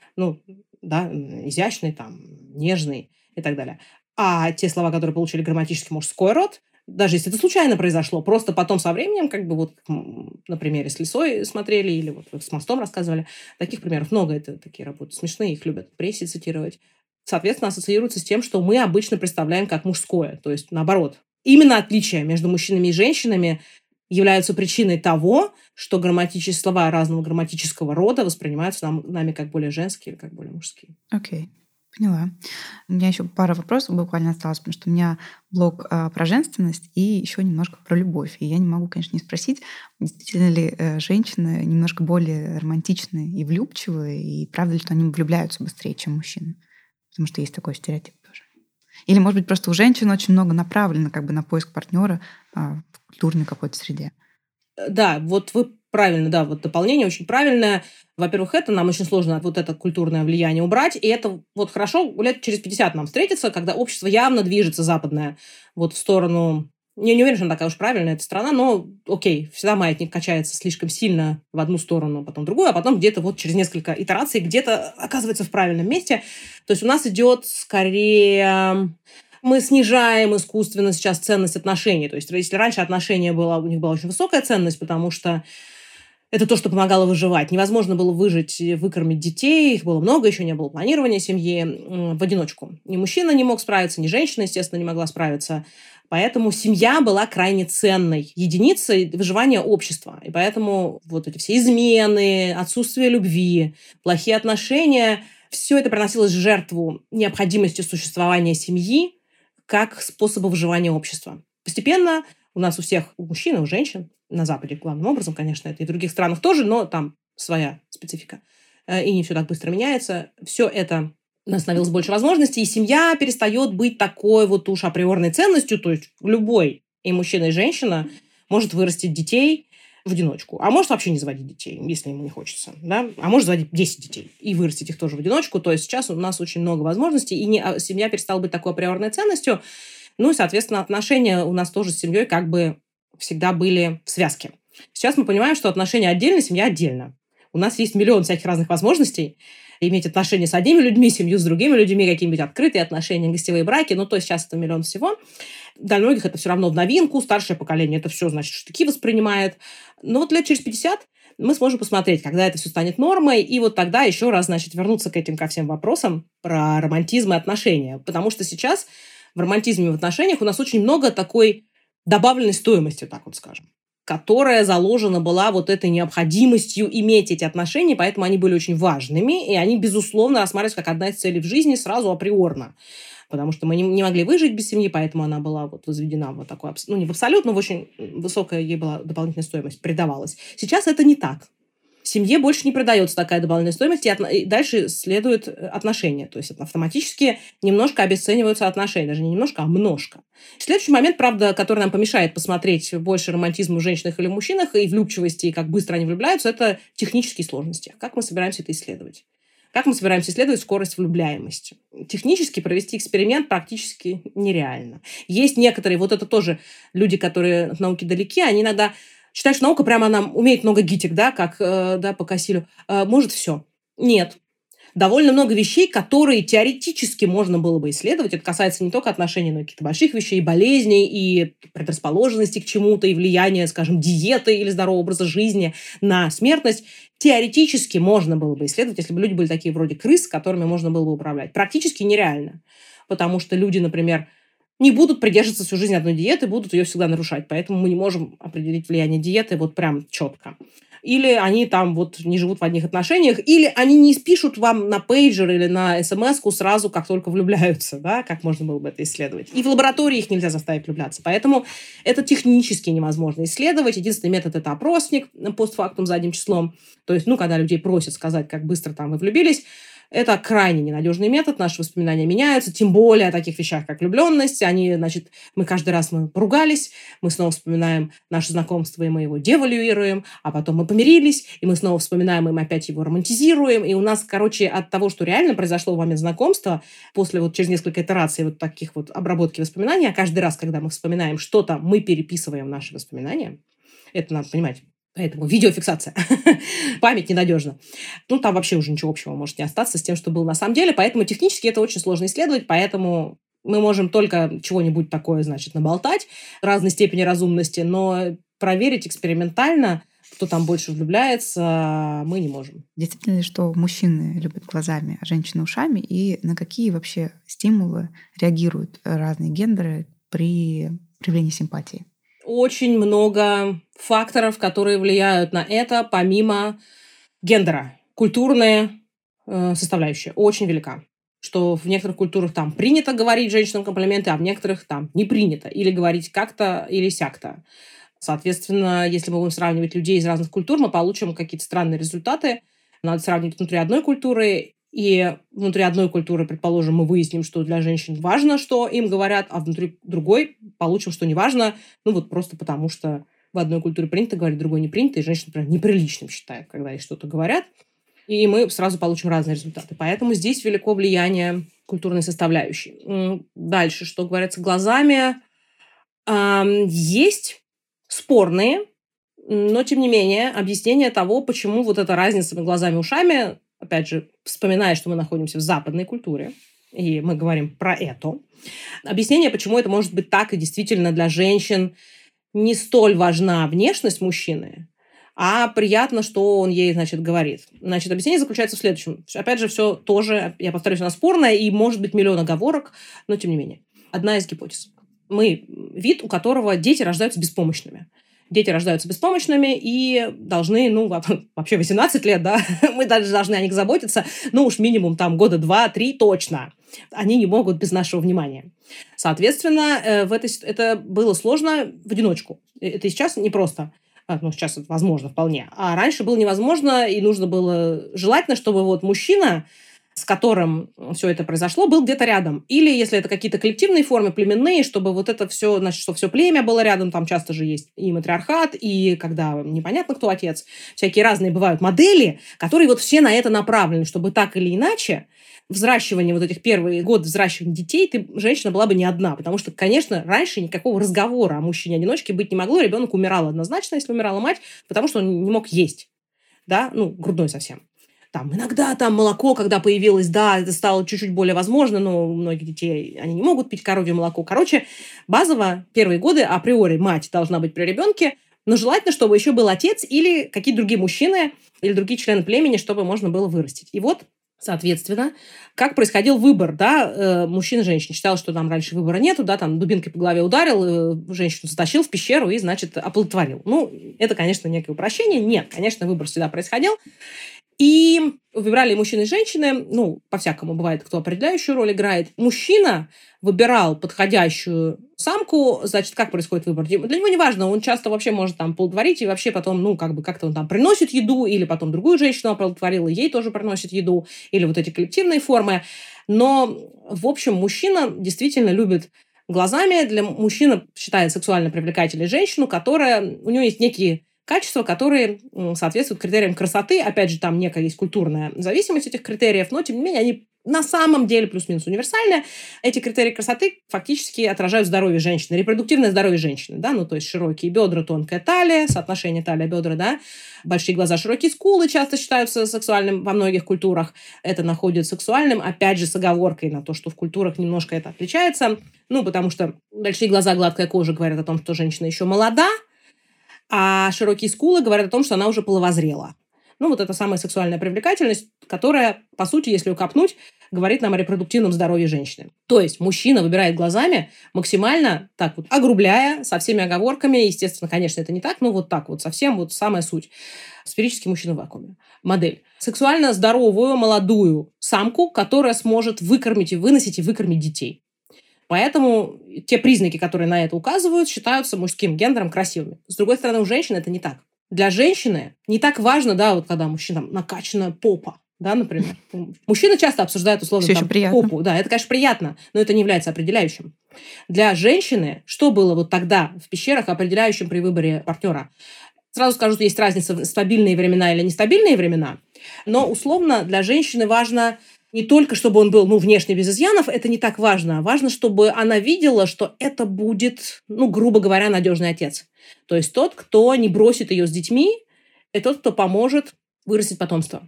Да, изящный, там, нежный и так далее. А те слова, которые получили грамматически мужской род, даже если это случайно произошло, просто потом со временем, на примере с лисой смотрели или вот с мостом рассказывали, таких примеров много, это такие работы смешные, их любят в прессе цитировать. Соответственно, ассоциируется с тем, что мы обычно представляем как мужское, то есть наоборот. Именно отличия между мужчинами и женщинами являются причиной того, что слова разного грамматического рода воспринимаются нами как более женские или как более мужские. Окей. Поняла. У меня еще пара вопросов буквально осталось, потому что у меня блог про женственность и еще немножко про любовь. И я не могу, конечно, не спросить, действительно ли женщины немножко более романтичные и влюбчивые, и правда ли, что они влюбляются быстрее, чем мужчины? Потому что есть такой стереотип тоже. Или, может быть, просто у женщин очень много направлено на поиск партнера в культурной какой-то среде. Да, вот вы правильно, да, вот дополнение очень правильное. Во-первых, это нам очень сложно вот это культурное влияние убрать, и это вот хорошо лет через 50 нам встретится, когда общество явно движется западное вот в сторону... Я не уверена, что она такая уж правильная, эта страна, но окей, всегда маятник качается слишком сильно в одну сторону, потом в другую, а потом где-то вот через несколько итераций где-то оказывается в правильном месте. То есть у нас идет скорее... Мы снижаем искусственно сейчас ценность отношений. То есть если раньше у них была очень высокая ценность, потому что Это то, что помогало выживать. Невозможно было выжить, выкормить детей. Их было много, еще не было планирования семьи в одиночку. Ни мужчина не мог справиться, ни женщина, естественно, не могла справиться. Поэтому семья была крайне ценной единицей выживания общества. И поэтому вот эти все измены, отсутствие любви, плохие отношения, все это приносилось в жертву необходимости существования семьи как способа выживания общества. Постепенно у нас у всех, у мужчин и у женщин, на Западе главным образом, конечно, это и в других странах тоже, но там своя специфика. И не все так быстро меняется. Все это становилось больше возможностей, и семья перестает быть такой вот уж априорной ценностью, то есть любой и мужчина, и женщина может вырастить детей в одиночку, а может вообще не заводить детей, если ему не хочется, да? А может заводить 10 детей и вырастить их тоже в одиночку. То есть сейчас у нас очень много возможностей, и семья перестала быть такой априорной ценностью. Ну и, соответственно, отношения у нас тоже с семьей как бы всегда были в связке. Сейчас мы понимаем, что отношения отдельно, семья отдельно. У нас есть миллион всяких разных возможностей иметь отношения с одними людьми, семью с другими людьми, какие-нибудь открытые отношения, гостевые браки. Ну, то есть сейчас это миллион всего. Для многих это все равно в новинку. Старшее поколение это все, значит, штыки воспринимает. Но вот лет через 50 мы сможем посмотреть, когда это все станет нормой, и вот тогда еще раз, значит, вернуться ко всем вопросам про романтизм и отношения. Потому что сейчас в романтизме и в отношениях у нас очень много такой добавленной стоимости, так вот скажем, которая заложена была вот этой необходимостью иметь эти отношения, поэтому они были очень важными, и они, безусловно, рассматривались как одна из целей в жизни сразу априорно. Потому что мы не могли выжить без семьи, поэтому она была вот возведена в вот такой, ну, не в абсолют, но в очень высокая ей была дополнительная стоимость, придавалась. Сейчас это не так. Семье больше не придается такая дополнительная стоимость, и дальше следуют отношения. То есть автоматически немножко обесцениваются отношения. Даже не немножко, а множко. Следующий момент, правда, который нам помешает посмотреть больше романтизма в женщинах или в мужчинах, и влюбчивости, и как быстро они влюбляются, это технические сложности. Как мы собираемся это исследовать? Как мы собираемся исследовать скорость влюбляемости? Технически провести эксперимент практически нереально. Есть некоторые, вот это тоже люди, которые от науки далеки, они иногда считают, что наука прямо она умеет много гитик, да, как да, по Кассилю. Может все. Нет. Довольно много вещей, которые теоретически можно было бы исследовать. Это касается не только отношений, но и каких-то больших вещей, болезней, и предрасположенности к чему-то, и влияния, скажем, диеты или здорового образа жизни на смертность. Теоретически можно было бы исследовать, если бы люди были такие вроде крыс, которыми можно было бы управлять. Практически нереально. Потому что люди, например, не будут придерживаться всю жизнь одной диеты, будут ее всегда нарушать. Поэтому мы не можем определить влияние диеты вот прям четко. Или они там вот не живут в одних отношениях, или они не спишут вам на пейджер или на смс-ку сразу, как только влюбляются, да, как можно было бы это исследовать. И в лаборатории их нельзя заставить влюбляться. Поэтому это технически невозможно исследовать. Единственный метод – это опросник постфактум задним числом. То есть, ну, когда людей просят сказать, как быстро там вы влюбились, это крайне ненадежный метод, наши воспоминания меняются, тем более о таких вещах, как влюбленность. Они, значит, мы каждый раз поругались, мы снова вспоминаем наше знакомство, и мы его девальвируем, а потом мы помирились, и мы снова вспоминаем, и мы опять его романтизируем. И у нас, короче, от того, что реально произошло в момент знакомства, после вот через несколько итераций вот таких вот обработки воспоминаний, а каждый раз, когда мы вспоминаем что-то, мы переписываем наши воспоминания. Это надо понимать. Поэтому видеофиксация. Память ненадежна. Ну, там вообще уже ничего общего может не остаться с тем, что было на самом деле. Поэтому технически это очень сложно исследовать. Поэтому мы можем только чего-нибудь такое, значит, наболтать разной степени разумности. Но проверить экспериментально, кто там больше влюбляется, мы не можем. Действительно ли, что мужчины любят глазами, а женщины ушами? И на какие вообще стимулы реагируют разные гендеры при проявлении симпатии? Очень много факторов, которые влияют на это, помимо гендера. Культурная составляющая очень велика. Что в некоторых культурах там принято говорить женщинам комплименты, а в некоторых там не принято. Или говорить как-то, или сяк-то. Соответственно, если мы будем сравнивать людей из разных культур, мы получим какие-то странные результаты. Надо сравнивать внутри одной культуры. И внутри одной культуры, предположим, мы выясним, что для женщин важно, что им говорят, а внутри другой получим, что не важно. Ну вот просто потому, что в одной культуре принято говорить, в другой не принято, и женщина, например, неприличным считает, когда ей что-то говорят. И мы сразу получим разные результаты. Поэтому здесь велико влияние культурной составляющей. Дальше, что говорится глазами. Есть спорные, но, тем не менее, объяснение того, почему вот эта разница между глазами и ушами, опять же, вспоминая, что мы находимся в западной культуре, и мы говорим про это, объяснение, почему это может быть так, и действительно для женщин не столь важна внешность мужчины, а приятно, что он ей, значит, говорит. Значит, объяснение заключается в следующем. Опять же, все тоже, я повторюсь, она спорная, и может быть миллион оговорок, но тем не менее. Одна из гипотез. Мы вид, у которого дети рождаются беспомощными. Дети рождаются беспомощными и должны, вообще 18 лет, да, мы даже должны о них заботиться, уж минимум там года 2-3 точно. Они не могут без нашего внимания. Соответственно, это было сложно в одиночку. Это сейчас непросто. Сейчас это возможно вполне. А раньше было невозможно, и нужно было желательно, чтобы мужчина, с которым все это произошло, был где-то рядом. Или, если это какие-то коллективные формы, племенные, чтобы это все, значит, что все племя было рядом, там часто же есть и матриархат, и когда непонятно, кто отец, всякие разные бывают модели, которые все на это направлены, чтобы так или иначе взращивание этих первые годы взращивания детей, женщина была бы не одна. Потому что, конечно, раньше никакого разговора о мужчине-одиночке быть не могло. Ребенок умирал однозначно, если умирала мать, потому что он не мог есть. Да? Грудной совсем. Иногда молоко, когда появилось, да, это стало чуть-чуть более возможно, но у многих детей они не могут пить коровье молоко. Короче, базово первые годы априори мать должна быть при ребенке, но желательно, чтобы еще был отец или какие-то другие мужчины или другие члены племени, чтобы можно было вырастить. И соответственно, как происходил выбор, да, мужчин и женщин. Считалось, что там раньше выбора нету, да, дубинкой по голове ударил, женщину затащил в пещеру и, значит, оплодотворил. Это, конечно, некое упрощение. Нет, конечно, выбор всегда происходил. И выбирали мужчины и женщины, по-всякому бывает, кто определяющую роль играет. Мужчина выбирал подходящую самку, значит, как происходит выбор? Для него не важно, он часто вообще может плодотворить, и вообще потом, как-то он приносит еду, или потом другую женщину оплодотворил, и ей тоже приносит еду, или эти коллективные формы. Но, в общем, мужчина действительно любит глазами. Для мужчины считает сексуально привлекательной женщину, у нее есть некие качества, которые соответствуют критериям красоты. Опять же, там некая есть культурная зависимость этих критериев, но, тем не менее, они на самом деле плюс-минус универсальные. Эти критерии красоты фактически отражают здоровье женщины, репродуктивное здоровье женщины. Да? То есть широкие бедра, тонкая талия, соотношение талия-бедра, да? Большие глаза, широкие скулы часто считаются сексуальным во многих культурах. Это находят сексуальным, опять же, с оговоркой на то, что в культурах немножко это отличается. Потому что большие глаза, гладкая кожа говорят о том, что женщина еще молода, а широкие скулы говорят о том, что она уже половозрела. Это самая сексуальная привлекательность, которая, по сути, если укопнуть, говорит нам о репродуктивном здоровье женщины. То есть мужчина выбирает глазами максимально огрубляя, со всеми оговорками. Естественно, конечно, это не так, но совсем самая суть. Сферический мужчина в вакууме. Модель. Сексуально здоровую, молодую самку, которая сможет выносить и выкормить детей. Поэтому те признаки, которые на это указывают, считаются мужским гендером красивыми. С другой стороны, у женщины это не так. Для женщины не так важно, да, когда мужчина накачанная попа, да, например. Мужчины часто обсуждают условно попу. Да, это, конечно, приятно, но это не является определяющим. Для женщины, что было тогда в пещерах определяющим при выборе партнера? Сразу скажу, что есть разница в стабильные времена или нестабильные времена, но условно для женщины важно не только, чтобы он был, внешне без изъянов, это не так важно. Важно, чтобы она видела, что это будет, грубо говоря, надежный отец. То есть тот, кто не бросит ее с детьми, и тот, кто поможет вырастить потомство.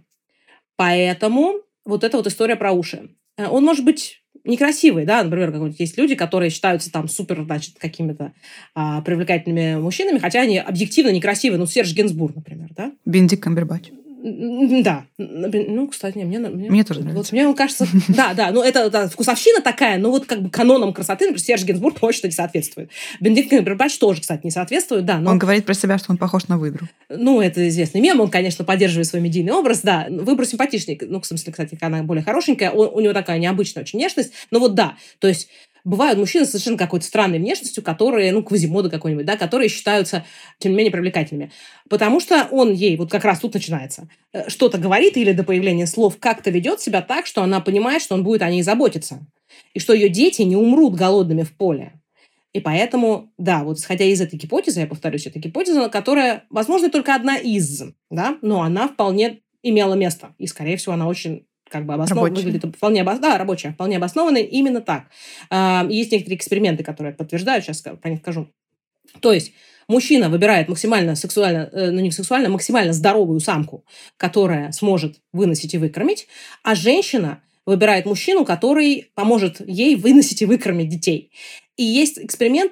Поэтому эта история про уши. Он может быть некрасивый, да, например, есть люди, которые считаются супер, значит, какими-то привлекательными мужчинами, хотя они объективно некрасивые. Серж Гинзбург, например, да? Бенедикт Камбербэтч. Да. Кстати, мне тоже нравится. Мне кажется, да, это вкусовщина такая, но канонам красоты, например, Серж Гинзбург точно не соответствует. Бенедикт Камбербэтч тоже, кстати, не соответствует, да. Он говорит про себя, что он похож на выдру. Это известный мем, он, конечно, поддерживает свой медийный образ, да. Выбор симпатичный, в смысле, кстати, она более хорошенькая, у него такая необычная очень внешность, но да, то есть бывают мужчины с совершенно какой-то странной внешностью, которые, квазимода какой-нибудь, да, которые считаются, тем не менее, привлекательными. Потому что он ей, как раз тут начинается, что-то говорит или до появления слов как-то ведет себя так, что она понимает, что он будет о ней заботиться. И что ее дети не умрут голодными в поле. И поэтому, да, исходя из этой гипотезы, я повторюсь, это гипотеза, которая, возможно, только одна из, да, но она вполне имела место. И, скорее всего, она очень выглядит вполне рабочая, вполне обоснованная, именно так. Есть некоторые эксперименты, которые подтверждают, сейчас про них скажу. То есть мужчина выбирает максимально сексуально, максимально здоровую самку, которая сможет выносить и выкормить, а женщина выбирает мужчину, который поможет ей выносить и выкормить детей. И есть эксперименты,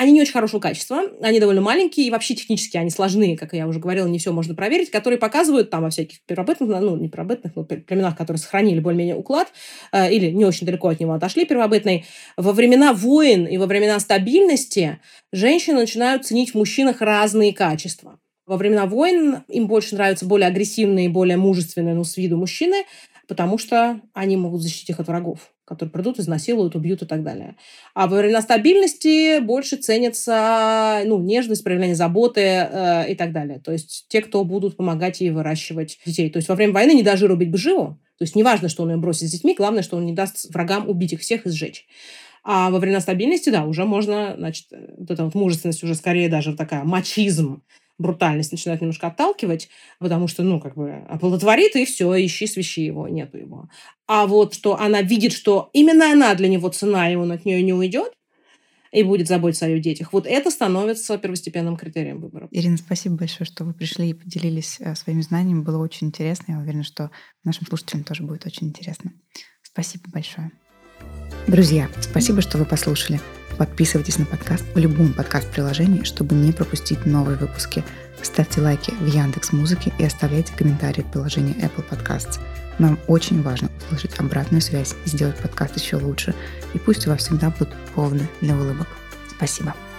Они не очень хорошего качества, они довольно маленькие, и вообще технически они сложные, как я уже говорила, не все можно проверить, которые показывают там во всяких первобытных, не первобытных, но племенах, которые сохранили более-менее уклад, или не очень далеко от него отошли первобытный, во времена войн и во времена стабильности женщины начинают ценить в мужчинах разные качества. Во времена войн им больше нравятся более агрессивные, более мужественные, с виду мужчины, потому что они могут защитить их от врагов, которые придут, изнасилуют, убьют и так далее. А во времена стабильности больше ценится нежность, проявление заботы и так далее. То есть те, кто будут помогать ей выращивать детей. То есть во время войны не даже рубить бы живо. То есть неважно, что он ее бросит с детьми, главное, что он не даст врагам убить их всех и сжечь. А во времена стабильности, да, уже можно, вот эта вот мужественность уже скорее даже такая мачизм, брутальность начинает немножко отталкивать, потому что, оплодотворит, и все, ищи, свищи его, нету его. А вот что она видит, что именно она для него цена, и он от нее не уйдет, и будет заботиться о ее детях, вот это становится первостепенным критерием выбора. Ирина, спасибо большое, что вы пришли и поделились своими знаниями. Было очень интересно. Я уверена, что нашим слушателям тоже будет очень интересно. Спасибо большое. Друзья, спасибо, что вы послушали. Подписывайтесь на подкаст в любом подкаст-приложении, чтобы не пропустить новые выпуски. Ставьте лайки в Яндекс.Музыке и оставляйте комментарии в приложении Apple Podcasts. Нам очень важно услышать обратную связь и сделать подкаст еще лучше. И пусть у вас всегда будут поводы для улыбок. Спасибо.